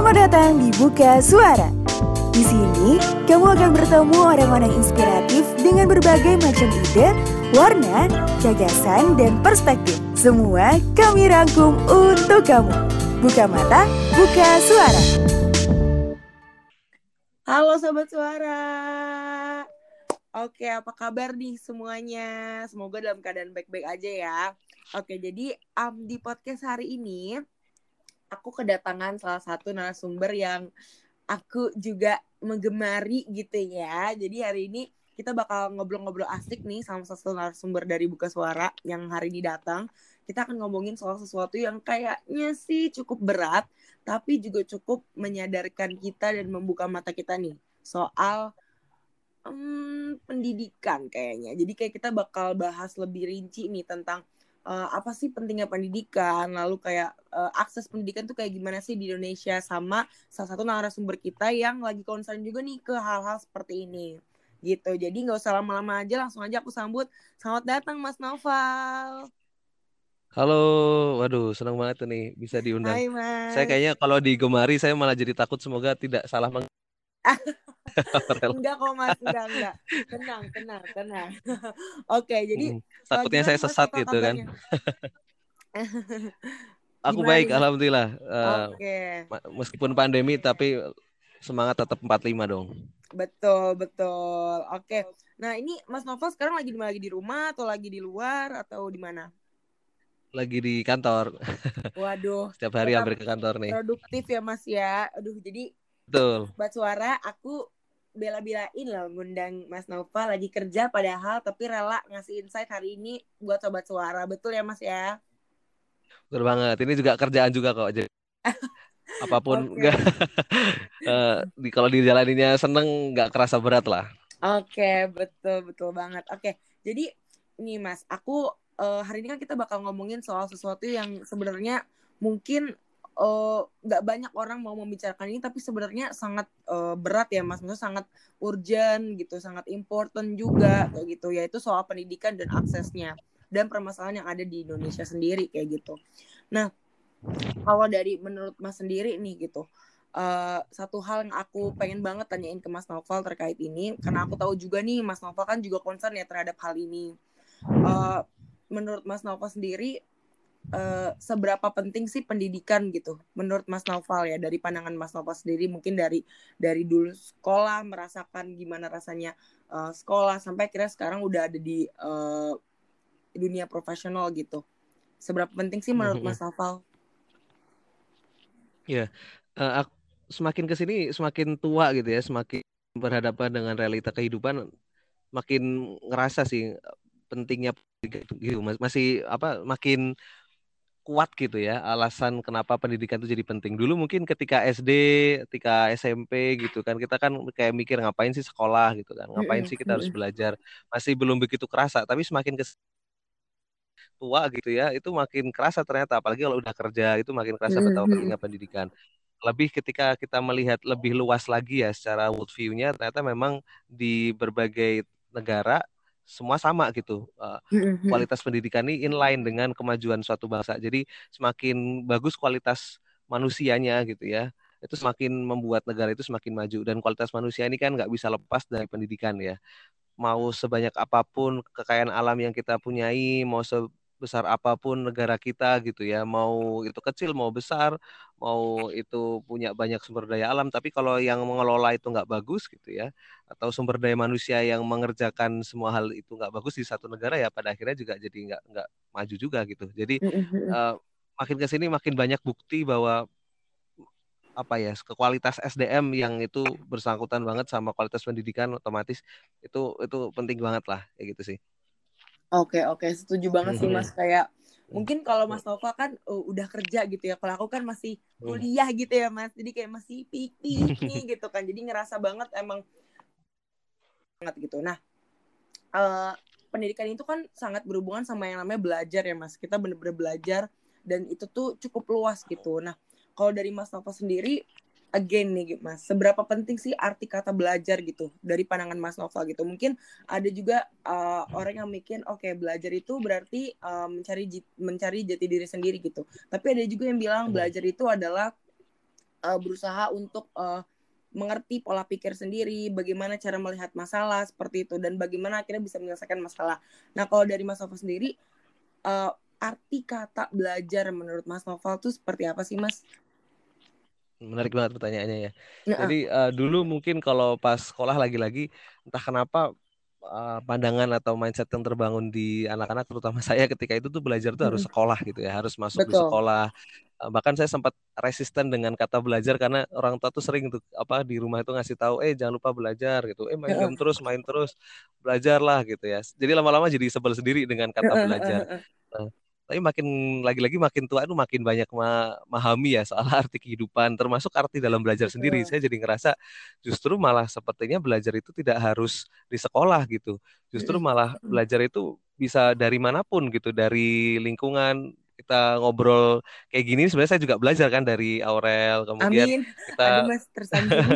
Selamat datang di Buka Suara. Di sini, kamu akan bertemu orang-orang inspiratif dengan berbagai macam ide, warna, gagasan, dan perspektif. Semua kami rangkum untuk kamu. Buka mata, buka suara. Halo Sobat Suara. Oke, apa kabar nih semuanya? Semoga dalam keadaan baik-baik aja ya. Oke, jadi di podcast hari ini aku kedatangan salah satu narasumber yang aku juga menggemari gitu ya. Jadi hari ini kita bakal ngobrol-ngobrol asik nih sama satu narasumber dari Buka Suara yang hari ini datang. Kita akan ngomongin soal sesuatu yang kayaknya sih cukup berat, tapi juga cukup menyadarkan kita dan membuka mata kita nih soal pendidikan kayaknya. Jadi kayak kita bakal bahas lebih rinci nih tentang apa sih pentingnya pendidikan, lalu kayak akses pendidikan tuh kayak gimana sih di Indonesia, sama salah satu narasumber kita yang lagi concern juga nih ke hal-hal seperti ini gitu. Jadi nggak usah lama-lama aja, langsung aja aku sambut. Selamat datang Mas Noval. Halo, waduh senang banget tuh nih bisa diundang. Hai Saya Mas. kayaknya kalau digemari saya malah jadi takut semoga tidak salah Enggak kok Mas, enggak. Tenang. Oke, jadi Takutnya gimana saya nih Mas sesat Noval gitu kan. kabarnya? Aku Gimana nih baik, Mas? alhamdulillah. Oke. Meskipun pandemi tapi semangat tetap 45 dong. Betul. Oke. Nah, ini Mas Novel sekarang lagi di mana? Lagi di rumah atau lagi di luar atau di mana? Lagi di kantor. Waduh, Setiap hari tetap hampir ke kantor nih. produktif ya Mas ya. Aduh, jadi Betul. Sobat Suara, aku bela-belain loh ngundang Mas Novel lagi kerja padahal tapi rela ngasih insight hari ini buat Sobat Suara. Betul ya Mas ya? Betul banget. Ini juga kerjaan juga kok. Jadi apapun enggak Oke. kalau dijalaninnya seneng nggak kerasa berat lah. Oke, betul banget. Oke, jadi nih Mas, aku hari ini kan kita bakal ngomongin soal sesuatu yang sebenarnya mungkin nggak banyak orang mau membicarakan ini, tapi sebenarnya sangat berat ya Mas, maksudnya sangat urgent gitu, sangat important juga kayak gitu, yaitu soal pendidikan dan aksesnya dan permasalahan yang ada di Indonesia sendiri kayak gitu. Nah, kalau dari menurut Mas sendiri nih gitu, satu hal yang aku pengen banget tanyain ke Mas Novel terkait ini, karena aku tahu juga nih Mas Novel kan juga concern ya terhadap hal ini. Menurut Mas Novel sendiri, seberapa penting sih pendidikan gitu? Menurut Mas Novel ya, dari pandangan Mas Novel sendiri, mungkin dari dulu sekolah merasakan gimana rasanya sekolah sampai akhirnya sekarang udah ada di dunia profesional gitu. Seberapa penting sih menurut Mas Novel? Ya, semakin kesini semakin tua gitu ya, semakin berhadapan dengan realita kehidupan, makin ngerasa sih pentingnya gitu, masih makin kuat gitu ya alasan kenapa pendidikan itu jadi penting. Dulu mungkin ketika SD, ketika SMP gitu kan, kita kan kayak mikir ngapain sih sekolah gitu kan, ngapain sih kita harus belajar, masih belum begitu kerasa. Tapi semakin tua gitu ya, itu makin kerasa ternyata, apalagi kalau udah kerja itu makin kerasa betapa pentingnya pendidikan. Lebih ketika kita melihat lebih luas lagi ya secara world view-nya, ternyata memang di berbagai negara semua sama gitu. Kualitas pendidikan ini inline dengan kemajuan suatu bangsa. Jadi semakin bagus kualitas manusianya gitu ya, itu semakin membuat negara itu semakin maju. Dan kualitas manusia ini kan nggak bisa lepas dari pendidikan ya. Mau sebanyak apapun kekayaan alam yang kita punyai, mau sebesar apapun negara kita gitu ya, mau itu kecil mau besar, mau itu punya banyak sumber daya alam, tapi kalau yang mengelola itu nggak bagus gitu ya, atau sumber daya manusia yang mengerjakan semua hal itu nggak bagus di satu negara, ya pada akhirnya juga jadi nggak maju juga gitu. Jadi makin ke sini makin banyak bukti bahwa kualitas SDM yang itu bersangkutan banget sama kualitas pendidikan, otomatis itu penting banget lah kayak gitu sih. Oke, setuju banget sih Mas. Kayak mungkin kalau Mas Nova kan udah kerja gitu ya. Kalau aku kan masih kuliah gitu ya Mas. Jadi kayak masih peak nih gitu kan. Jadi ngerasa banget emang banget gitu. Nah, pendidikan itu kan sangat berhubungan sama yang namanya belajar ya Mas. Kita bener-bener belajar dan itu tuh cukup luas gitu. Nah, kalau dari Mas Nova sendiri, again nih Mas, seberapa penting sih arti kata belajar gitu dari pandangan Mas Nova gitu? Mungkin ada juga orang yang mikir oke, belajar itu berarti mencari jati diri sendiri gitu. Tapi ada juga yang bilang belajar itu adalah berusaha untuk mengerti pola pikir sendiri, bagaimana cara melihat masalah seperti itu, dan bagaimana akhirnya bisa menyelesaikan masalah. Nah, kalau dari Mas Noval sendiri, arti kata belajar menurut Mas Noval tuh seperti apa sih, Mas? Menarik banget pertanyaannya ya. Nah, Jadi dulu mungkin kalau pas sekolah lagi-lagi entah kenapa pandangan atau mindset yang terbangun di anak-anak terutama saya ketika itu tuh belajar tuh harus sekolah gitu ya, harus masuk di betul. sekolah. Bahkan saya sempat resisten dengan kata belajar karena orang tua tuh sering tuh apa di rumah itu ngasih tahu jangan lupa belajar gitu. Main terus, belajarlah gitu ya. Jadi lama-lama jadi sebel sendiri dengan kata belajar. Nah, tapi makin lagi-lagi makin tua itu makin banyak memahami ya soal arti kehidupan, termasuk arti dalam belajar sendiri. Betul. Saya jadi ngerasa justru malah sepertinya belajar itu tidak harus di sekolah gitu. Justru malah belajar itu bisa dari manapun gitu, dari lingkungan. Kita ngobrol kayak gini sebenarnya saya juga belajar kan dari Aurel, kemudian Amin. Aduh, kita Mas, tersanjung.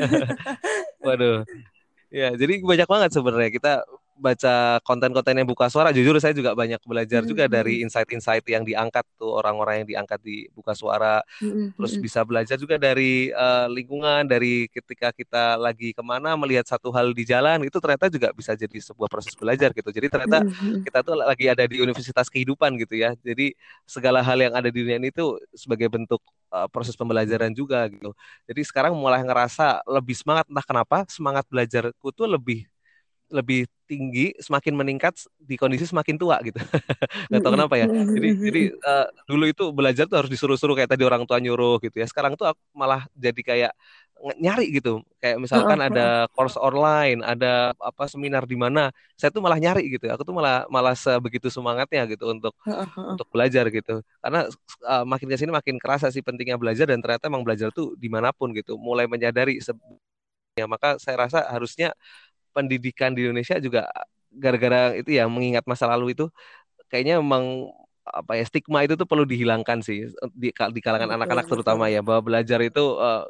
waduh. Ya, jadi banyak banget sebenarnya kita baca konten-konten yang buka suara. Jujur saya juga banyak belajar juga dari insight-insight yang diangkat tuh orang-orang yang diangkat di buka suara. Terus bisa belajar juga dari lingkungan, dari ketika kita lagi kemana melihat satu hal di jalan itu ternyata juga bisa jadi sebuah proses belajar gitu. Jadi ternyata kita tuh lagi ada di universitas kehidupan gitu ya. Jadi segala hal yang ada di dunia ini tuh sebagai bentuk proses pembelajaran juga gitu. Jadi sekarang mulai ngerasa lebih semangat, entah kenapa semangat belajarku tuh lebih lebih tinggi, semakin meningkat di kondisi semakin tua gitu. Nggak tahu kenapa ya. Jadi dulu itu belajar tuh harus disuruh-suruh kayak tadi orang tua nyuruh gitu ya. Sekarang tuh aku malah jadi kayak nyari gitu. Kayak misalkan ada course online, ada apa seminar di mana, saya tuh malah nyari gitu. Aku tuh malah malah sebegitu semangatnya gitu untuk belajar gitu. Karena makin ke sini makin kerasa sih pentingnya belajar dan ternyata emang belajar tuh dimanapun gitu. Mulai menyadari ya maka saya rasa harusnya pendidikan di Indonesia juga gara-gara itu ya mengingat masa lalu itu kayaknya memang apa ya stigma itu tuh perlu dihilangkan sih di kalangan Betul, anak-anak terutama betul. ya bahwa belajar itu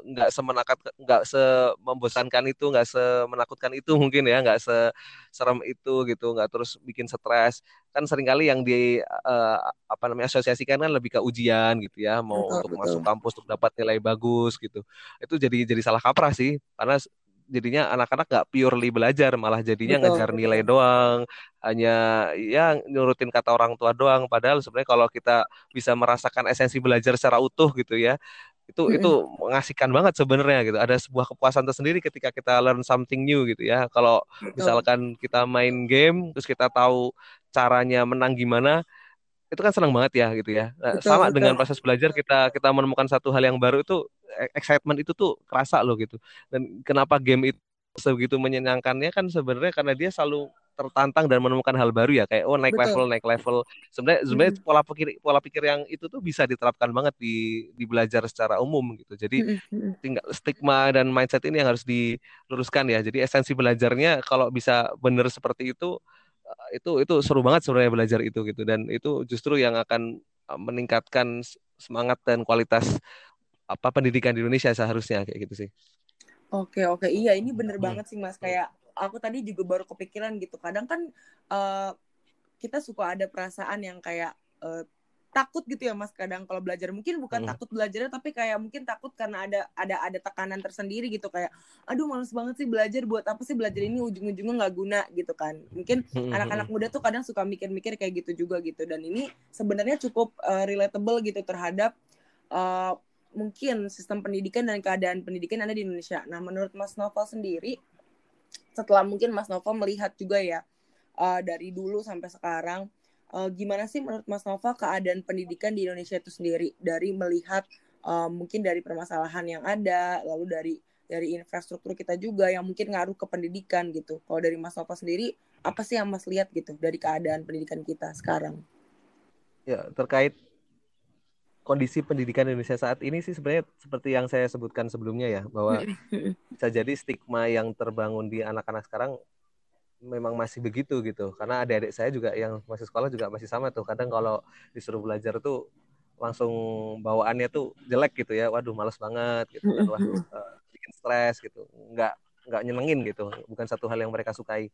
nggak semembosankan itu nggak semenakutkan itu mungkin ya nggak seserem itu gitu nggak terus bikin stres kan seringkali yang apa namanya asosiasikan kan lebih ke ujian gitu ya mau Betul, untuk betul. masuk kampus untuk dapat nilai bagus gitu itu jadi salah kaprah sih karena jadinya anak-anak nggak purely belajar malah jadinya Betul, ngejar nilai betul. doang hanya ya nurutin kata orang tua doang padahal sebenarnya kalau kita bisa merasakan esensi belajar secara utuh gitu ya itu mengasihkan banget sebenarnya gitu ada sebuah kepuasan tersendiri ketika kita learn something new gitu ya kalau Betul, misalkan kita main game terus kita tahu caranya menang gimana itu kan senang banget ya gitu ya. Nah, betul, sama betul. dengan proses belajar kita menemukan satu hal yang baru itu excitement itu tuh kerasa loh gitu. Dan kenapa game itu sebegitu menyenangkannya kan sebenarnya karena dia selalu tertantang dan menemukan hal baru ya kayak Betul. naik level. Sebenarnya pola pikir yang itu tuh bisa diterapkan banget di belajar secara umum gitu. Jadi tinggal stigma dan mindset ini yang harus diluruskan ya. Jadi esensi belajarnya kalau bisa benar seperti itu seru banget sebenarnya belajar itu gitu dan itu justru yang akan meningkatkan semangat dan kualitas apa pendidikan di Indonesia seharusnya kayak gitu sih. Oke, oke. Iya, ini bener Hmm. banget sih, Mas. Kayak aku tadi juga baru kepikiran gitu. Kadang kan kita suka ada perasaan yang kayak takut gitu ya, Mas. Kadang kalau belajar mungkin bukan Hmm. takut belajarnya, tapi kayak mungkin takut karena ada tekanan tersendiri gitu kayak aduh males banget sih belajar, buat apa sih belajar ini, ujung-ujungnya nggak guna gitu kan. Mungkin anak-anak muda tuh kadang suka mikir-mikir kayak gitu juga gitu, dan ini sebenarnya cukup relatable gitu terhadap uh, mungkin sistem pendidikan dan keadaan pendidikan ada di Indonesia. Nah, menurut Mas Novel sendiri, setelah mungkin Mas Novel melihat juga ya dari dulu sampai sekarang, gimana sih menurut Mas Novel keadaan pendidikan di Indonesia itu sendiri, dari melihat mungkin dari permasalahan yang ada, lalu dari infrastruktur kita juga yang mungkin ngaruh ke pendidikan gitu. Kalau dari Mas Novel sendiri, apa sih yang Mas lihat gitu dari keadaan pendidikan kita sekarang? Ya terkait kondisi pendidikan Indonesia saat ini sih sebenarnya seperti yang saya sebutkan sebelumnya ya bahwa bisa jadi stigma yang terbangun di anak-anak sekarang memang masih begitu gitu karena adik-adik saya juga yang masih sekolah juga masih sama tuh kadang kalau disuruh belajar tuh langsung bawaannya tuh jelek gitu ya waduh malas banget gitu kan waduh bikin stres gitu nggak nyenengin gitu bukan satu hal yang mereka sukai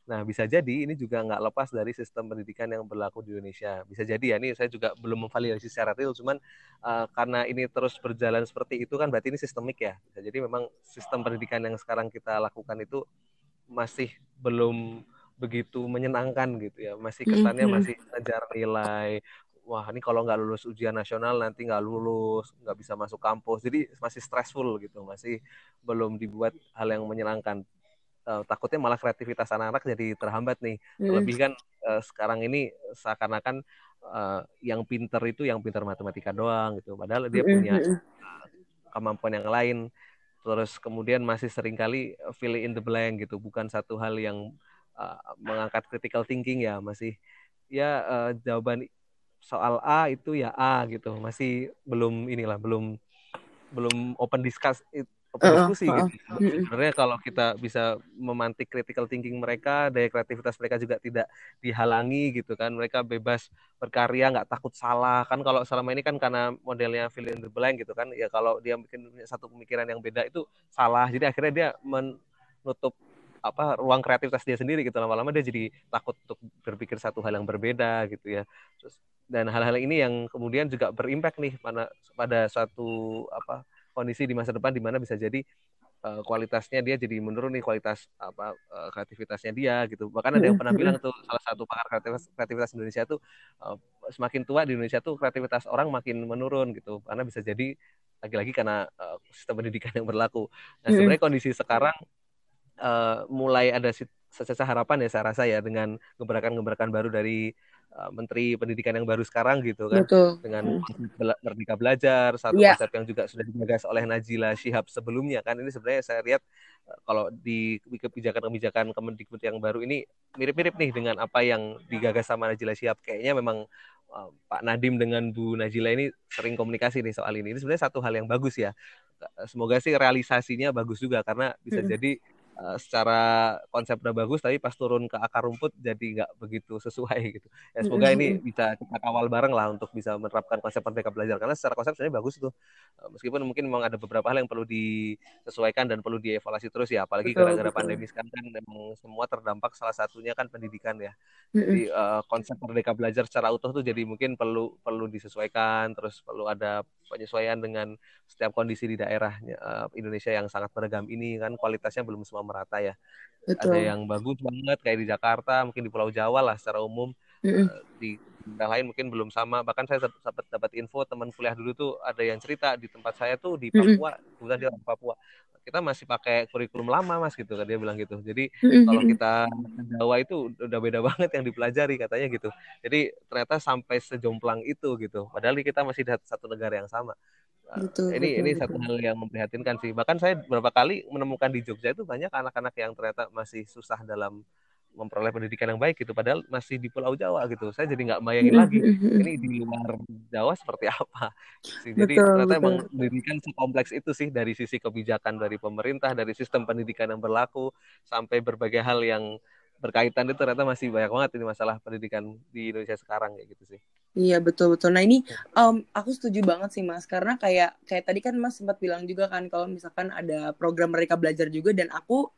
Nah, bisa jadi ini juga nggak lepas dari sistem pendidikan yang berlaku di Indonesia. Bisa jadi ya, ini saya juga belum memvalidasi secara real, cuman karena ini terus berjalan seperti itu kan berarti ini sistemik ya. Bisa jadi memang sistem pendidikan yang sekarang kita lakukan itu masih belum begitu menyenangkan gitu ya. Masih kesannya masih ngejar nilai. Wah, ini kalau nggak lulus ujian nasional nanti nggak lulus, nggak bisa masuk kampus. Jadi masih stressful gitu, masih belum dibuat hal yang menyenangkan. Takutnya malah kreativitas anak-anak jadi terhambat nih. Lebih kan sekarang ini seakan-akan yang pinter itu yang pinter matematika doang gitu. Padahal dia punya kemampuan yang lain. Terus kemudian masih seringkali fill in the blank gitu. Bukan satu hal yang mengangkat critical thinking ya. Masih ya jawaban soal A itu ya A gitu. Masih belum open diskusi gitu. Sebenarnya kalau kita bisa memantik critical thinking mereka, daya kreativitas mereka juga tidak dihalangi gitu kan. Mereka bebas berkarya, nggak takut salah. Kan kalau selama ini kan karena modelnya fill in the blank gitu kan, ya kalau dia bikin satu pemikiran yang beda itu salah. Jadi akhirnya dia menutup ruang kreativitas dia sendiri gitu. Lama-lama dia jadi takut untuk berpikir satu hal yang berbeda gitu ya. Dan hal-hal ini yang kemudian juga berimpact nih pada suatu kondisi di masa depan di mana bisa jadi kualitasnya dia jadi menurun nih, kualitas kreativitasnya dia gitu. Bahkan ada yang pernah bilang tuh, salah satu pakar kreativitas Indonesia tuh semakin tua di Indonesia tuh kreativitas orang makin menurun gitu, karena bisa jadi lagi-lagi karena sistem pendidikan yang berlaku. Nah, sebenarnya kondisi sekarang mulai ada sececah harapan ya saya rasa ya, dengan gebrakan-gebrakan baru dari Menteri Pendidikan yang baru sekarang gitu kan. Betul. Dengan konsep Merdeka Belajar, satu konsep yang juga sudah digagas oleh Najila Shihab sebelumnya kan. Ini sebenarnya saya lihat kalau di kebijakan-kebijakan Kemendikbud yang baru ini mirip-mirip nih dengan apa yang digagas sama Najila Shihab. Kayaknya memang Pak Nadiem dengan Bu Najila ini sering komunikasi nih soal ini. Ini sebenarnya satu hal yang bagus ya. Semoga sih realisasinya bagus juga, karena bisa jadi secara konsep udah bagus tapi pas turun ke akar rumput jadi nggak begitu sesuai gitu ya. Semoga ini bisa kita kawal bareng lah untuk bisa menerapkan konsep Merdeka Belajar, karena secara konsep sebenarnya bagus tuh, meskipun mungkin memang ada beberapa hal yang perlu disesuaikan dan perlu dievaluasi terus ya, apalagi gara-gara pandemi sekarang kan memang semua terdampak, salah satunya kan pendidikan ya. Jadi konsep Merdeka Belajar secara utuh tuh jadi mungkin perlu disesuaikan, terus perlu ada penyesuaian dengan setiap kondisi di daerahnya Indonesia yang sangat beragam ini kan, kualitasnya belum semua merata ya. Betul. Ada yang bagus banget kayak di Jakarta, mungkin di Pulau Jawa lah secara umum. Di daerah lain mungkin belum sama. Bahkan saya dapat info teman kuliah dulu tuh ada yang cerita di tempat saya tuh di Papua, kebetulan dia orang Papua. Kita masih pakai kurikulum lama Mas gitu kan, dia bilang gitu. Jadi kalau kita Jawa itu udah beda banget yang dipelajari katanya gitu. Jadi ternyata sampai sejomplang itu gitu. Padahal kita masih di satu negara yang sama. Ini satu hal yang memprihatinkan sih. Bahkan saya beberapa kali menemukan di Jogja itu banyak anak-anak yang ternyata masih susah dalam memperoleh pendidikan yang baik gitu, padahal masih di Pulau Jawa gitu. Saya jadi nggak bayangin lagi ini di luar Jawa seperti apa. Jadi ternyata emang pendidikan sekompleks itu sih, dari sisi kebijakan dari pemerintah, dari sistem pendidikan yang berlaku, sampai berbagai hal yang berkaitan itu ternyata masih banyak banget ini masalah pendidikan di Indonesia sekarang kayak gitu sih. Iya betul. Nah ini aku setuju banget sih Mas, karena kayak tadi kan Mas sempat bilang juga kan kalau misalkan ada program Merdeka Belajar juga, dan aku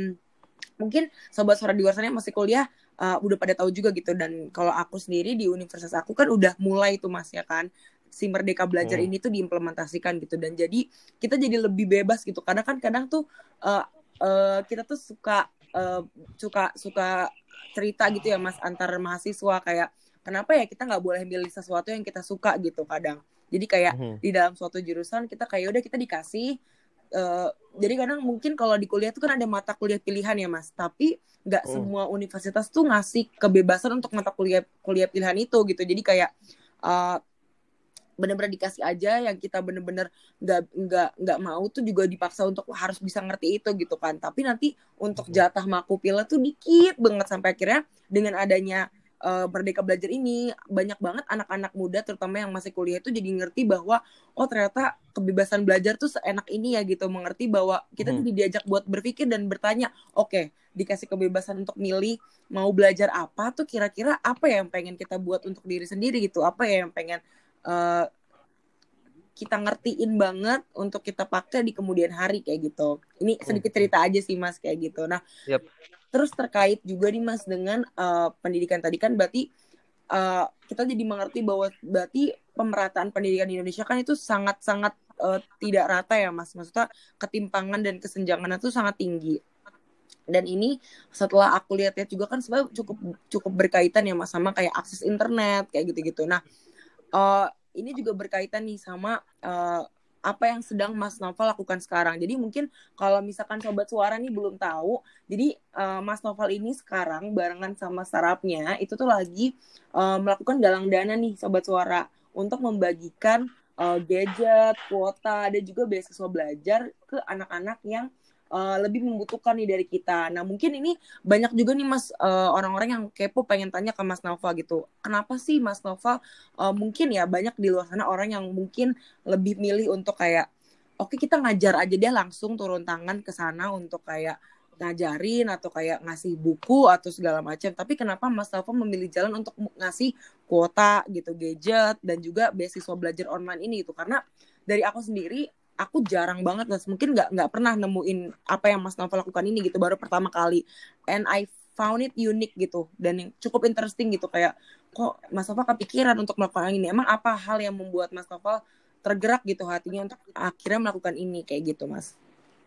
mungkin sobat suara di luar sana yang masih kuliah udah pada tahu juga gitu. Dan kalau aku sendiri di universitas aku kan udah mulai tuh Mas ya kan, si Merdeka Belajar ini tuh diimplementasikan gitu, dan jadi kita jadi lebih bebas gitu. Karena kan kadang tuh kita tuh suka cerita gitu ya Mas antar mahasiswa, kayak kenapa ya kita nggak boleh milih sesuatu yang kita suka gitu kadang. Jadi kayak di dalam suatu jurusan kita kayak udah kita dikasih jadi kadang mungkin kalau di kuliah tuh kan ada mata kuliah pilihan ya Mas, tapi nggak semua universitas tuh ngasih kebebasan untuk mata kuliah pilihan itu gitu. Jadi kayak benar-benar dikasih aja yang kita benar-benar nggak mau tuh juga dipaksa untuk harus bisa ngerti itu gitu kan. Tapi nanti untuk jatah makupilnya tuh dikit banget, sampai akhirnya dengan adanya Merdeka Belajar ini banyak banget anak-anak muda terutama yang masih kuliah itu jadi ngerti bahwa oh ternyata kebebasan belajar tuh seenak ini ya gitu, mengerti bahwa kita jadi diajak buat berpikir dan bertanya, oke, dikasih kebebasan untuk milih mau belajar apa tuh, kira-kira apa yang pengen kita buat untuk diri sendiri gitu, apa ya yang pengen kita ngertiin banget untuk kita pakai di kemudian hari kayak gitu. Ini sedikit cerita aja sih Mas kayak gitu. Nah, terus terkait juga nih Mas dengan pendidikan tadi kan berarti kita jadi mengerti bahwa berarti pemerataan pendidikan di Indonesia kan itu sangat-sangat tidak rata ya Mas. Maksudnya ketimpangan dan kesenjangan itu sangat tinggi. Dan ini setelah aku lihat-lihat juga kan sebenarnya cukup berkaitan ya Mas sama kayak akses internet kayak gitu-gitu. Nah, ini juga berkaitan nih sama apa yang sedang Mas Noval lakukan sekarang. Jadi mungkin kalau misalkan Sobat Suara nih belum tahu, jadi Mas Noval ini sekarang barengan sama startupnya itu tuh lagi melakukan galang dana nih Sobat Suara untuk membagikan gadget, kuota, dan juga beasiswa belajar ke anak-anak yang lebih membutuhkan nih dari kita. Nah mungkin ini banyak juga nih Mas orang-orang yang kepo pengen tanya ke Mas Noval gitu. Kenapa sih Mas Noval mungkin ya banyak di luar sana orang yang mungkin lebih milih untuk kayak oke, kita ngajar aja deh langsung turun tangan ke sana untuk kayak ngajarin atau kayak ngasih buku atau segala macam. Tapi kenapa Mas Noval memilih jalan untuk ngasih kuota gitu, gadget dan juga beasiswa belajar online ini gitu? Karena dari aku sendiri aku jarang banget Mas, mungkin nggak pernah nemuin apa yang Mas Noval lakukan ini gitu, baru pertama kali, and I found it unique gitu dan yang cukup interesting gitu, kayak kok Mas Noval kepikiran untuk melakukan ini, emang apa hal yang membuat Mas Noval tergerak gitu hatinya untuk akhirnya melakukan ini kayak gitu Mas?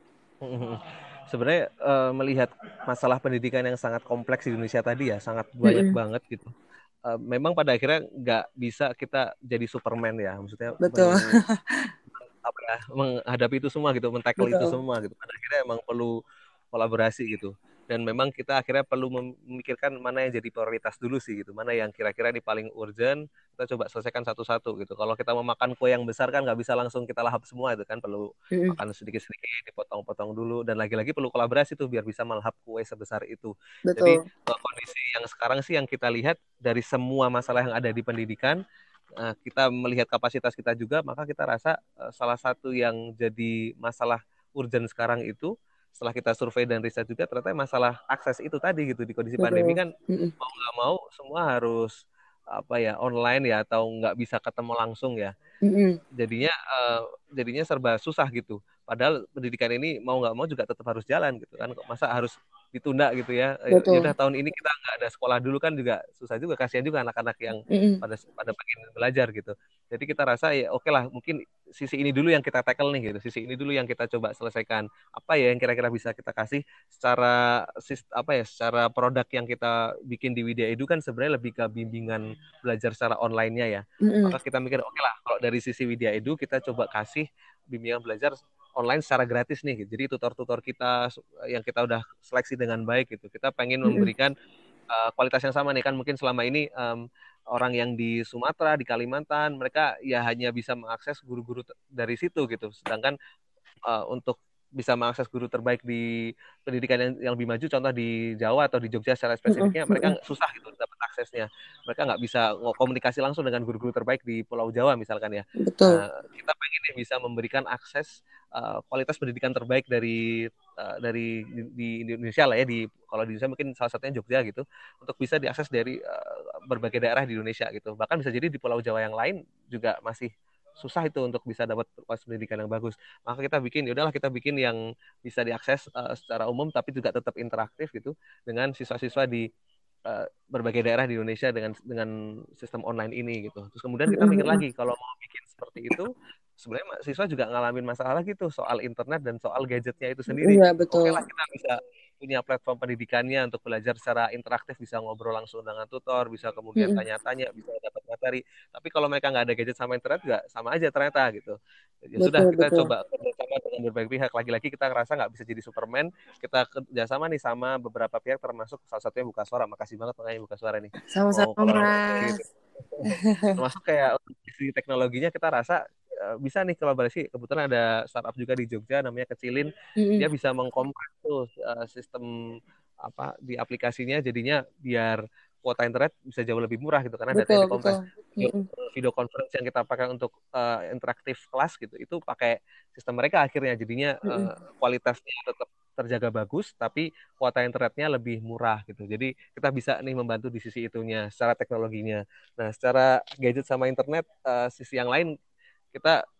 Sebenarnya melihat masalah pendidikan yang sangat kompleks di Indonesia tadi ya, sangat banyak banget gitu. Memang pada akhirnya nggak bisa kita jadi Superman ya, maksudnya betul. Menghadapi itu semua gitu, men-tackle itu semua gitu. Pada akhirnya emang perlu kolaborasi gitu. Dan memang kita akhirnya perlu memikirkan mana yang jadi prioritas dulu sih gitu, mana yang kira-kira ini paling urgent, kita coba selesaikan satu-satu gitu. Kalau kita mau makan kue yang besar kan nggak bisa langsung kita lahap semua itu kan, perlu makan sedikit-sedikit, dipotong-potong dulu, dan lagi-lagi perlu kolaborasi tuh biar bisa melahap kue sebesar itu. Jadi kondisi yang sekarang sih yang kita lihat dari semua masalah yang ada di pendidikan, kita melihat kapasitas kita juga, maka kita rasa salah satu yang jadi masalah urgent sekarang itu, setelah kita survei dan riset juga, ternyata masalah akses itu tadi gitu. Di kondisi pandemi kan mau nggak mau semua harus online ya, atau nggak bisa ketemu langsung ya. Jadinya serba susah gitu. Padahal pendidikan ini mau nggak mau juga tetap harus jalan gitu kan. Masa harus ditunda gitu ya? Yaudah tahun ini kita nggak ada sekolah dulu kan juga susah juga, kasihan juga anak-anak yang pada pengen belajar gitu. Jadi kita rasa ya oke lah, mungkin sisi ini dulu yang kita tackle nih gitu. Sisi ini dulu yang kita coba selesaikan. Apa ya yang kira-kira bisa kita kasih secara secara produk yang kita bikin di Widya Edu kan sebenarnya lebih ke bimbingan belajar secara online-nya ya. Maka kita mikir oke lah, kalau dari sisi Widya Edu kita coba kasih bimbingan belajar online secara gratis nih. Jadi tutor-tutor kita yang kita udah seleksi dengan baik gitu. Kita pengen memberikan kualitas yang sama nih kan, mungkin selama ini orang yang di Sumatera, di Kalimantan, mereka ya hanya bisa mengakses guru-guru dari situ gitu. Sedangkan untuk bisa mengakses guru terbaik di pendidikan yang lebih maju, contoh di Jawa atau di Jogja secara spesifiknya, mereka susah gitu dapat aksesnya. Mereka nggak bisa komunikasi langsung dengan guru-guru terbaik di Pulau Jawa misalkan ya. Kita pengen bisa memberikan akses kualitas pendidikan terbaik dari di Indonesia lah ya, kalau di Indonesia mungkin salah satunya Jogja gitu, untuk bisa diakses dari berbagai daerah di Indonesia gitu. Bahkan bisa jadi di Pulau Jawa yang lain juga masih susah itu untuk bisa dapat kualitas pendidikan yang bagus. Maka kita bikin yang bisa diakses secara umum tapi juga tetap interaktif gitu dengan siswa-siswa di berbagai daerah di Indonesia dengan sistem online ini gitu. Terus kemudian kita mikir lagi, kalau mau bikin seperti itu sebenarnya siswa juga ngalamin masalah gitu soal internet dan soal gadgetnya itu sendiri. Oke lah, kita bisa punya platform pendidikannya untuk belajar secara interaktif, bisa ngobrol langsung dengan tutor, bisa kemudian tanya-tanya, bisa dapat materi. Tapi kalau mereka nggak ada gadget sama internet, nggak sama aja ternyata gitu. Ya sudah, kita coba kerjasama dengan berbagai pihak. Lagi-lagi kita ngerasa nggak bisa jadi Superman. Kita kerjasama nih sama beberapa pihak, termasuk salah satunya Buka Suara. Makasih banget makanya Buka Suara nih. Sama-sama Mas. Gitu. Termasuk kayak di teknologinya kita rasa bisa nih kolaborasi. Kebetulan ada startup juga di Jogja namanya Kecilin. Dia bisa mengkompres tuh sistem di aplikasinya, jadinya biar kuota internet bisa jauh lebih murah gitu karena datanya dikompres. Video conference yang kita pakai untuk interaktif kelas gitu, itu pakai sistem mereka akhirnya, jadinya kualitasnya tetap terjaga bagus tapi kuota internetnya lebih murah gitu. Jadi kita bisa nih membantu di sisi itunya secara teknologinya. Nah, secara gadget sama internet, sisi yang lain kita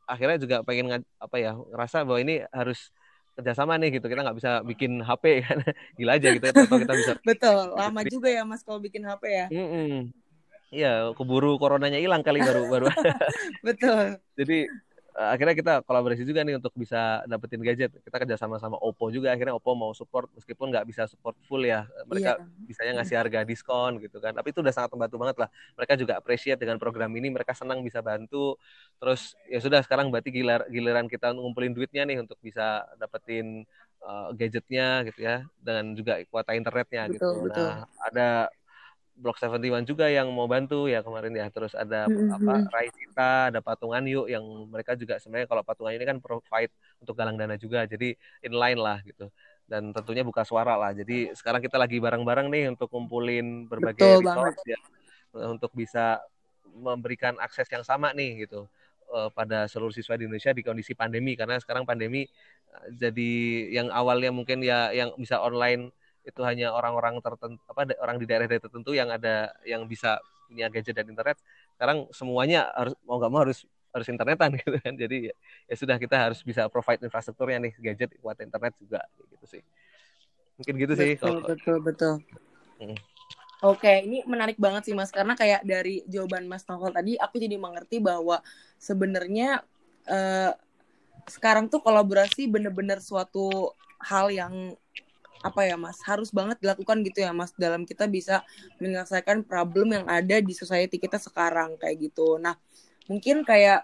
akhirnya juga pengen ngerasa bahwa ini harus kerjasama nih gitu. Kita nggak bisa bikin HP kan, gila aja gitu. Atau kita bisa Betul, lama juga ya Mas kalau bikin HP ya. Iya, keburu coronanya hilang kali baru. Betul. Jadi akhirnya kita kolaborasi juga nih untuk bisa dapetin gadget. Kita kerja sama Oppo juga. Akhirnya Oppo mau support meskipun nggak bisa support full ya. Mereka bisanya ngasih harga diskon gitu kan. Tapi itu udah sangat membantu banget lah. Mereka juga appreciate dengan program ini. Mereka senang bisa bantu. Terus ya sudah sekarang berarti giliran kita ngumpulin duitnya nih untuk bisa dapetin gadgetnya gitu ya. Dan juga kuota internetnya gitu. Betul. Nah ada Block 71 juga yang mau bantu ya kemarin ya. Terus ada Raisita, ada Patungan Yuk yang mereka juga sebenarnya kalau Patungan ini kan provide untuk galang dana juga. Jadi inline lah gitu. Dan tentunya buka suara lah. Jadi sekarang kita lagi bareng-bareng nih untuk kumpulin berbagai resource ya untuk bisa memberikan akses yang sama nih gitu pada seluruh siswa di Indonesia di kondisi pandemi, karena sekarang pandemi jadi yang awalnya mungkin ya yang bisa online itu hanya orang-orang tertentu, orang di daerah-daerah tertentu yang bisa punya gadget dan internet. Sekarang semuanya harus mau nggak mau harus internetan gitu kan. Jadi ya sudah, kita harus bisa provide infrastrukturnya nih, gadget kuat internet juga gitu sih. Mungkin gitu sih. Betul. Oke, ini menarik banget sih Mas, karena kayak dari jawaban Mas Novel tadi aku jadi mengerti bahwa sebenarnya sekarang tuh kolaborasi bener-bener suatu hal yang apa ya Mas, harus banget dilakukan gitu ya Mas, dalam kita bisa menyelesaikan problem yang ada di society kita sekarang kayak gitu. Nah, mungkin kayak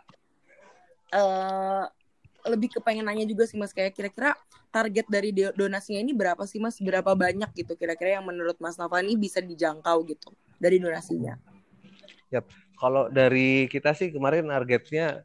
lebih kepengen nanya juga sih Mas, kayak kira-kira target dari donasinya ini berapa sih Mas? Berapa banyak gitu kira-kira yang menurut Mas Novel ini bisa dijangkau gitu dari donasinya? Yap, kalau dari kita sih kemarin targetnya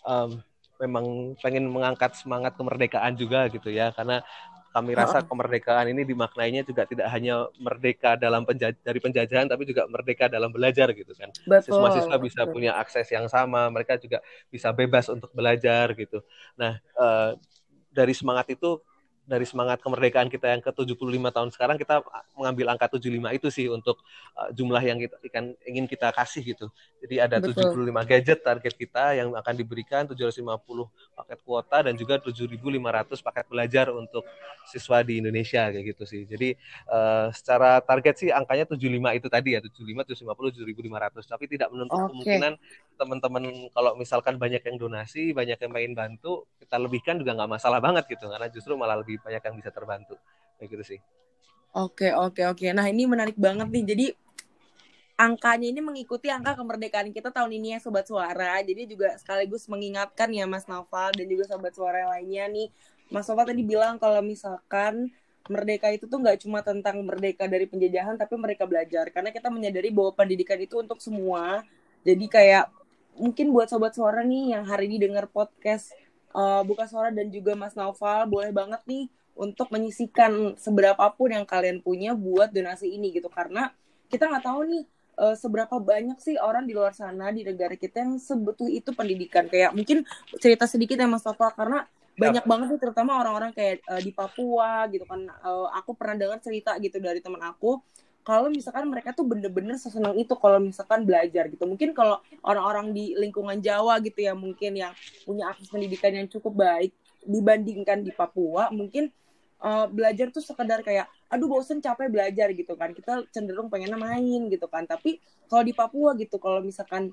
memang pengen mengangkat semangat kemerdekaan juga gitu ya, karena kami rasa kemerdekaan ini dimaknainya juga tidak hanya merdeka dari penjajahan, tapi juga merdeka dalam belajar gitu kan. Siswa-siswa bisa punya akses yang sama, mereka juga bisa bebas untuk belajar gitu. Nah, dari semangat itu, dari semangat kemerdekaan kita yang ke-75 tahun sekarang, kita mengambil angka 75 itu sih untuk jumlah yang ingin kita kasih gitu. Jadi ada 75 gadget target kita yang akan diberikan, 750 paket kuota dan juga 7.500 paket belajar untuk siswa di Indonesia kayak gitu sih. Jadi secara target sih angkanya 75 itu tadi ya, 75, 750, 7.500. Tapi tidak menutup kemungkinan teman-teman kalau misalkan banyak yang donasi, banyak yang pengen bantu, kita lebihkan juga nggak masalah banget gitu, karena justru malah lebih banyak yang bisa terbantu kayak gitu sih. Oke. Nah, ini menarik banget nih. Jadi angkanya ini mengikuti angka kemerdekaan kita tahun ini ya Sobat Suara. Jadi juga sekaligus mengingatkan ya Mas Novel dan juga Sobat Suara yang lainnya nih. Mas Novel tadi bilang kalau misalkan merdeka itu tuh nggak cuma tentang merdeka dari penjajahan, tapi mereka belajar. Karena kita menyadari bahwa pendidikan itu untuk semua. Jadi kayak mungkin buat Sobat Suara nih yang hari ini dengar podcast Buka Suara dan juga Mas Novel, boleh banget nih untuk menyisihkan seberapapun yang kalian punya buat donasi ini gitu. Karena kita nggak tahu nih seberapa banyak sih orang di luar sana di negara kita yang sebetul itu pendidikan. Kayak mungkin cerita sedikit ya Mas Novel, karena banyak banget nih terutama orang-orang kayak di Papua gitu kan. Aku pernah dengar cerita gitu dari teman aku, kalau misalkan mereka tuh bener-bener sesenang itu kalau misalkan belajar gitu. Mungkin kalau orang-orang di lingkungan Jawa gitu ya, mungkin yang punya akses pendidikan yang cukup baik dibandingkan di Papua, mungkin belajar tuh sekedar kayak aduh bosen capek belajar gitu kan, kita cenderung pengennya main gitu kan. Tapi kalau di Papua gitu, kalau misalkan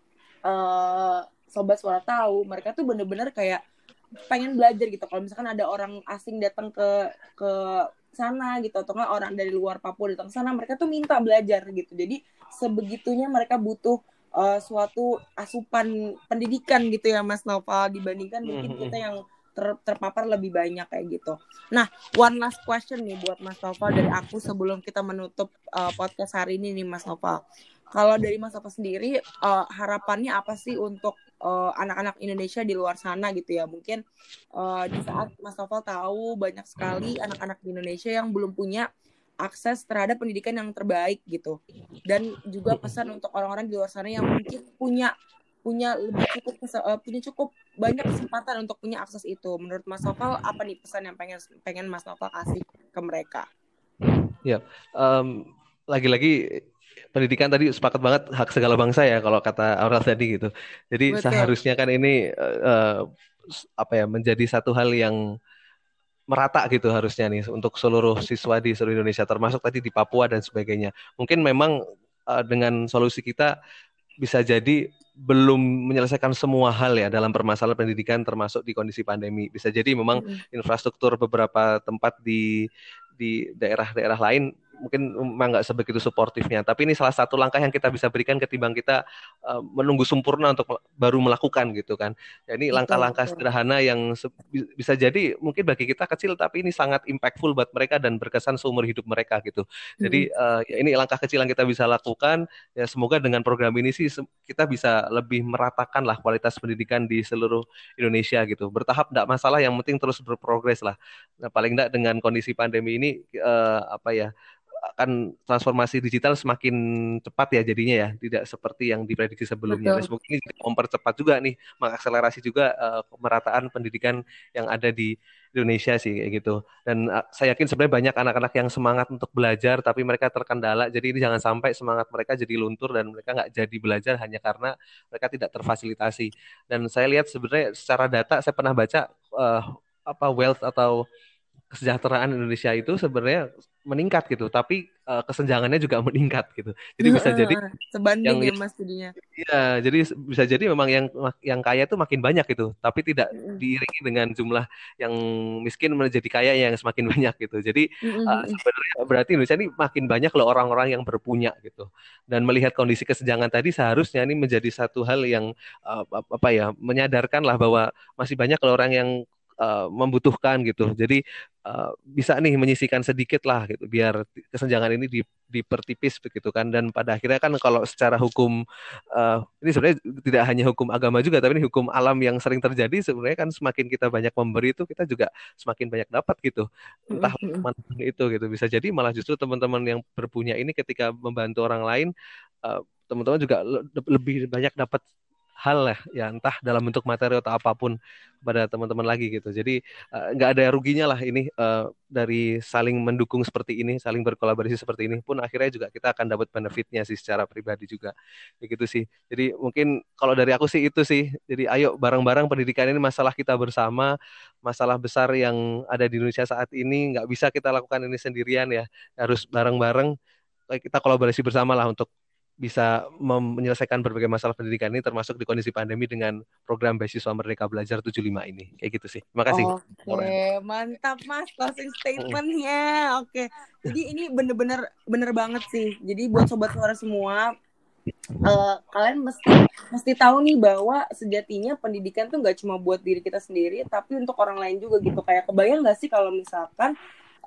Sobat Suara tahu, mereka tuh bener-bener kayak pengen belajar gitu. Kalau misalkan ada orang asing datang ke sana gitu, atau nggak orang dari luar Papua datang ke sana, mereka tuh minta belajar gitu. Jadi sebegitunya mereka butuh suatu asupan pendidikan gitu ya Mas Novel, dibandingkan mungkin kita yang terpapar lebih banyak kayak gitu. Nah, one last question nih buat Mas Novel dari aku sebelum kita menutup podcast hari ini nih Mas Novel. Kalau dari Mas Novel sendiri, harapannya apa sih untuk anak-anak Indonesia di luar sana gitu ya? Mungkin di saat Mas Novel tahu banyak sekali anak-anak di Indonesia yang belum punya akses terhadap pendidikan yang terbaik gitu. Dan juga pesan untuk orang-orang di luar sana yang mungkin punya cukup banyak kesempatan untuk punya akses itu. Menurut Mas Novel apa nih pesan yang pengen Mas Novel kasih ke mereka? Ya, lagi-lagi pendidikan tadi sepakat banget hak segala bangsa ya kalau kata Aurel tadi gitu. Jadi Betul. seharusnya kan ini apa ya menjadi satu hal yang merata gitu harusnya nih untuk seluruh siswa di seluruh Indonesia termasuk tadi di Papua dan sebagainya. Mungkin memang dengan solusi kita bisa jadi belum menyelesaikan semua hal ya dalam permasalahan pendidikan termasuk di kondisi pandemi. Bisa jadi memang Mm-mm. infrastruktur beberapa tempat di daerah-daerah lain mungkin memang nggak sebegitu suportifnya. Tapi ini salah satu langkah yang kita bisa berikan ketimbang kita menunggu sempurna untuk baru melakukan gitu kan. Ya, ini Betul, langkah-langkah betul. sederhana yang bisa jadi mungkin bagi kita kecil tapi ini sangat impactful buat mereka dan berkesan seumur hidup mereka gitu. Mm-mm. Jadi ya ini langkah kecil yang kita bisa lakukan. Ya semoga dengan program ini sih kita bisa lebih meratakan lah kualitas pendidikan di seluruh Indonesia gitu. Bertahap tidak masalah, yang penting terus berprogres lah. Nah, paling tidak dengan kondisi pandemi ini apa ya akan transformasi digital semakin cepat ya jadinya ya, tidak seperti yang diprediksi sebelumnya. Dan Betul. semoga ini juga mempercepat juga nih, mengakselerasi juga pemerataan pendidikan yang ada di Indonesia sih kayak gitu. Dan saya yakin sebenarnya banyak anak-anak yang semangat untuk belajar tapi mereka terkendala. Jadi ini jangan sampai semangat mereka jadi luntur dan mereka nggak jadi belajar hanya karena mereka tidak terfasilitasi. Dan saya lihat sebenarnya secara data saya pernah baca apa wealth atau kesejahteraan Indonesia itu sebenarnya meningkat gitu, tapi kesenjangannya juga meningkat gitu. Jadi bisa jadi Sebanding yang ya Mas jadinya. iya, jadi bisa jadi memang yang kaya itu makin banyak gitu, tapi tidak Mm-mm. diiringi dengan jumlah yang miskin menjadi kaya yang semakin banyak gitu. Jadi Mm-mm. sebenarnya berarti Indonesia ini makin banyak loh orang-orang yang berpunya gitu. Dan melihat kondisi kesenjangan tadi seharusnya ini menjadi satu hal yang apa ya menyadarkan lah bahwa masih banyak loh orang yang membutuhkan gitu. Jadi bisa nih menyisihkan sedikit lah gitu biar kesenjangan ini dipertipis begitu kan. Dan pada akhirnya kan kalau secara hukum ini sebenarnya tidak hanya hukum agama juga, tapi ini hukum alam yang sering terjadi. Sebenarnya kan semakin kita banyak memberi itu, kita juga semakin banyak dapat gitu. Entah Mm-mm. mana itu gitu. Bisa jadi malah justru teman-teman yang berpunya ini ketika membantu orang lain, eh, teman-teman juga lebih banyak dapat hal lah ya entah dalam bentuk materi atau apapun pada teman-teman lagi gitu. Jadi nggak ada ruginya lah ini dari saling mendukung seperti ini, saling berkolaborasi seperti ini pun akhirnya juga kita akan dapat benefitnya sih secara pribadi juga. Begitu sih. Jadi mungkin kalau dari aku sih itu sih. Jadi ayo bareng-bareng pendidikan ini masalah kita bersama, masalah besar yang ada di Indonesia saat ini nggak bisa kita lakukan ini sendirian ya. Harus bareng-bareng kita kolaborasi bersama lah untuk bisa menyelesaikan berbagai masalah pendidikan ini termasuk di kondisi pandemi dengan program beasiswa Merdeka Belajar 75 ini. Kayak gitu sih. Terima kasih. Oke, mantap Mas closing statementnya. Oke, jadi ini bener-bener bener banget sih. Jadi buat sobat suara semua, kalian mesti tahu nih bahwa sejatinya pendidikan tuh nggak cuma buat diri kita sendiri, tapi untuk orang lain juga gitu. Kayak kebayang nggak sih kalau misalkan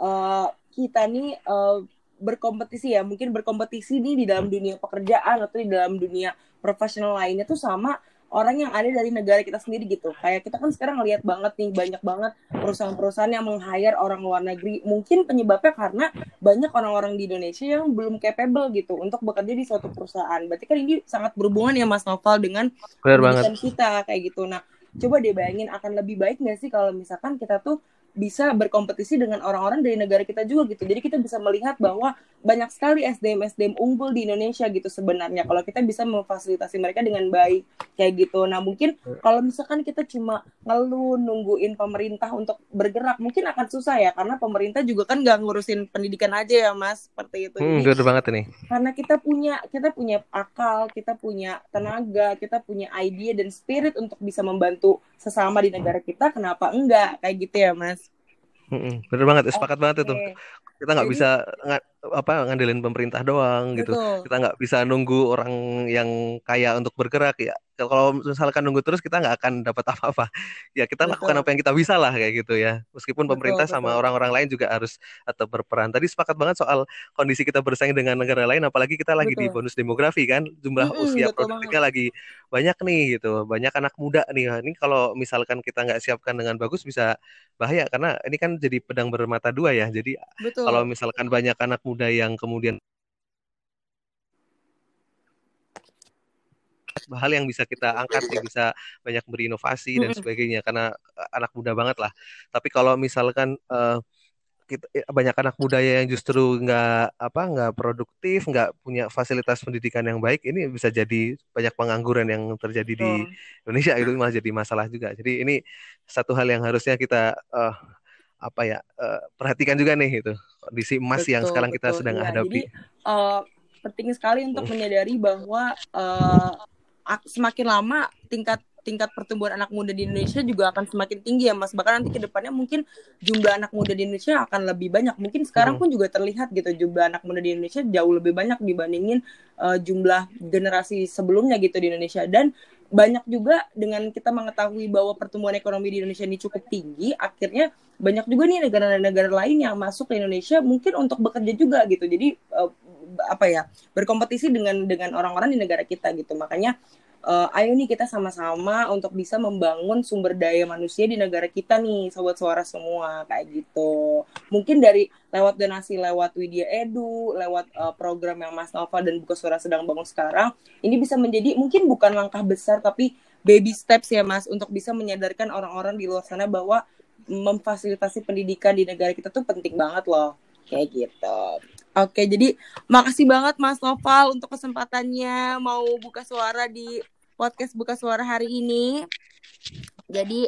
kita nih berkompetisi ya, mungkin berkompetisi nih di dalam dunia pekerjaan atau di dalam dunia profesional lainnya tuh sama orang yang ada dari negara kita sendiri gitu. Kayak kita kan sekarang ngelihat banget nih, banyak banget perusahaan-perusahaan yang meng-hire orang luar negeri. Mungkin penyebabnya karena banyak orang-orang di Indonesia yang belum capable gitu untuk bekerja di suatu perusahaan. Berarti kan ini sangat berhubungan ya Mas Noval dengan Benar banget. pendidikan kita kayak gitu. Nah, coba deh bayangin akan lebih baik nggak sih kalau misalkan kita tuh bisa berkompetisi dengan orang-orang dari negara kita juga gitu. Jadi kita bisa melihat bahwa banyak sekali SDM-SDM unggul di Indonesia gitu sebenarnya. Kalau kita bisa memfasilitasi mereka dengan baik kayak gitu. Nah mungkin kalau misalkan kita cuma ngeluh nungguin pemerintah untuk bergerak, mungkin akan susah ya. Karena pemerintah juga kan nggak ngurusin pendidikan aja ya Mas, seperti itu. Jadi Bener banget ini. karena kita punya akal, kita punya tenaga, kita punya ide dan spirit untuk bisa membantu sesama di negara kita, kenapa enggak kayak gitu ya Mas? Bener banget, sepakat banget itu. Oke. Kita nggak Jadi bisa ngandelin pemerintah doang gitu. betul. Kita nggak bisa nunggu orang yang kaya untuk bergerak ya. Kalau misalkan nunggu terus kita nggak akan dapat apa-apa. Ya kita lakukan Betul. apa yang kita bisa lah kayak gitu ya. Meskipun Betul, pemerintah sama betul. orang-orang lain juga harus tetap berperan. Tadi sepakat banget soal kondisi kita bersaing dengan negara lain, apalagi kita lagi di Betul. bonus demografi kan. Jumlah usia Betul banget. produktifnya lagi banyak nih gitu. Banyak anak muda nih. Nah, ini kalau misalkan kita nggak siapkan dengan bagus bisa bahaya karena ini kan jadi pedang bermata dua ya. Jadi kalau Betul. misalkan banyak anak muda yang kemudian hal yang bisa kita angkat nih, bisa banyak berinovasi dan sebagainya karena anak muda banget lah. Tapi kalau misalkan banyak anak muda yang justru nggak produktif, nggak punya fasilitas pendidikan yang baik, ini bisa jadi banyak pengangguran yang terjadi di Indonesia, itu malah jadi masalah juga. Jadi ini satu hal yang harusnya kita perhatikan juga nih, itu kondisi emas yang sekarang kita sedang hadapi. Jadi penting sekali untuk menyadari bahwa semakin lama tingkat pertumbuhan anak muda di Indonesia juga akan semakin tinggi ya Mas. Bahkan nanti ke depannya mungkin jumlah anak muda di Indonesia akan lebih banyak. Mungkin sekarang pun juga terlihat gitu jumlah anak muda di Indonesia jauh lebih banyak dibandingin jumlah generasi sebelumnya gitu di Indonesia. Dan banyak juga dengan kita mengetahui bahwa pertumbuhan ekonomi di Indonesia ini cukup tinggi, akhirnya banyak juga nih negara-negara lain yang masuk ke Indonesia mungkin untuk bekerja juga gitu. Jadi berkompetisi dengan orang-orang di negara kita gitu. Makanya ayo nih kita sama-sama untuk bisa membangun sumber daya manusia di negara kita nih, Sobat Suara semua, kayak gitu. Mungkin dari lewat donasi, lewat Widya Edu, lewat program yang Mas Nova dan Buka Suara sedang bangun sekarang, ini bisa menjadi mungkin bukan langkah besar tapi baby steps ya Mas, untuk bisa menyadarkan orang-orang di luar sana bahwa memfasilitasi pendidikan di negara kita tuh penting banget loh, kayak gitu. Oke, jadi makasih banget Mas Noval untuk kesempatannya mau buka suara di podcast Buka Suara hari ini. Jadi,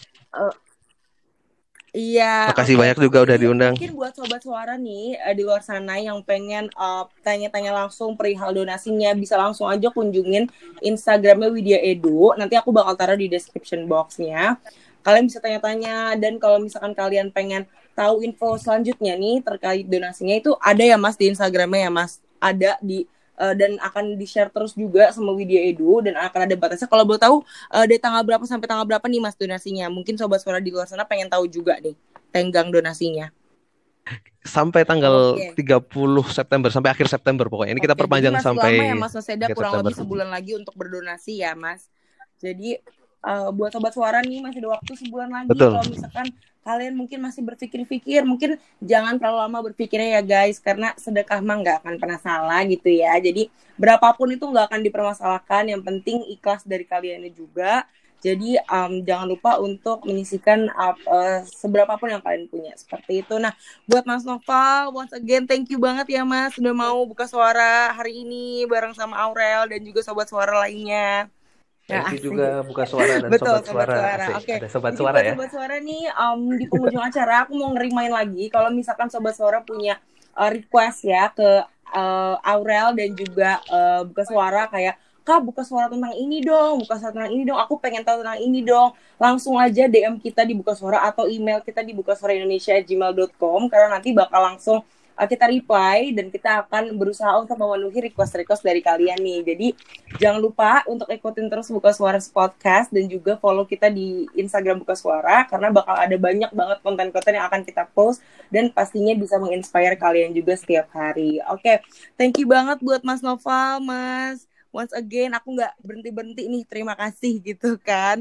makasih banyak juga udah diundang. Mungkin buat Sobat Suara nih di luar sana yang pengen tanya-tanya langsung perihal donasinya, bisa langsung aja kunjungin Instagramnya Widya Edu. Nanti aku bakal taruh di description box-nya. Kalian bisa tanya-tanya, dan kalau misalkan kalian pengen tahu info selanjutnya nih terkait donasinya, itu ada ya Mas di Instagramnya ya Mas, ada di dan akan di-share terus juga sama Widya Edu, dan akan ada batasnya. Kalau boleh tahu dari tanggal berapa sampai tanggal berapa nih Mas donasinya? Mungkin Sobat Suara di luar sana pengen tahu juga nih tenggang donasinya. Sampai tanggal 30 September, sampai akhir September pokoknya. Ini kita perpanjang sampai lama ya Mas Seda, kurang September. lebih sebulan lagi untuk berdonasi ya Mas. Jadi buat Sobat Suara nih masih ada waktu sebulan lagi. Kalau misalkan kalian mungkin masih berpikir-pikir, mungkin jangan terlalu lama berpikirnya ya guys, karena sedekah mah nggak akan pernah salah gitu ya. Jadi berapapun itu nggak akan dipermasalahkan, yang penting ikhlas dari kaliannya juga. Jadi jangan lupa untuk menyisihkan seberapapun yang kalian punya, seperti itu. Nah, buat Mas Noval, once again thank you banget ya Mas sudah mau buka suara hari ini bareng sama Aurel dan juga Sobat Suara lainnya. Thank you juga Buka Suara dan Betul, Sobat Suara. Oke. Ada Sobat Suara ya. Sobat Suara nih di penghujung acara aku mau ngerimain lagi kalau misalkan Sobat Suara punya request ya ke Aurel dan juga Buka Suara, kayak Kak buka suara tentang ini dong, aku pengen tahu tentang ini dong, langsung aja DM kita di Buka Suara atau email kita di bukasuaraindonesia@gmail.com, karena nanti bakal langsung kita reply dan kita akan berusaha untuk memenuhi request dari kalian nih. Jadi jangan lupa untuk ikutin terus Buka Suara Podcast dan juga follow kita di Instagram Buka Suara, karena bakal ada banyak banget konten-konten yang akan kita post dan pastinya bisa menginspire kalian juga setiap hari. Oke, thank you banget buat Mas Noval, Mas. Once again, aku nggak berhenti nih, terima kasih gitu kan.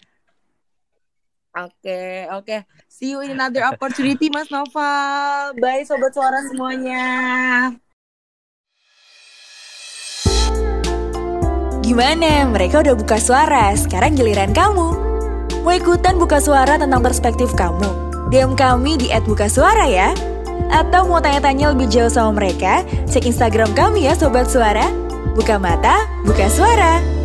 Oke. See you in another opportunity, Mas Noval. Bye, Sobat Suara semuanya. Gimana? Mereka udah buka suara, sekarang giliran kamu. Mau ikutan buka suara tentang perspektif kamu? DM kami di @bukasuara ya. Atau mau tanya-tanya lebih jauh sama mereka? Cek Instagram kami ya, Sobat Suara. Buka mata, buka suara.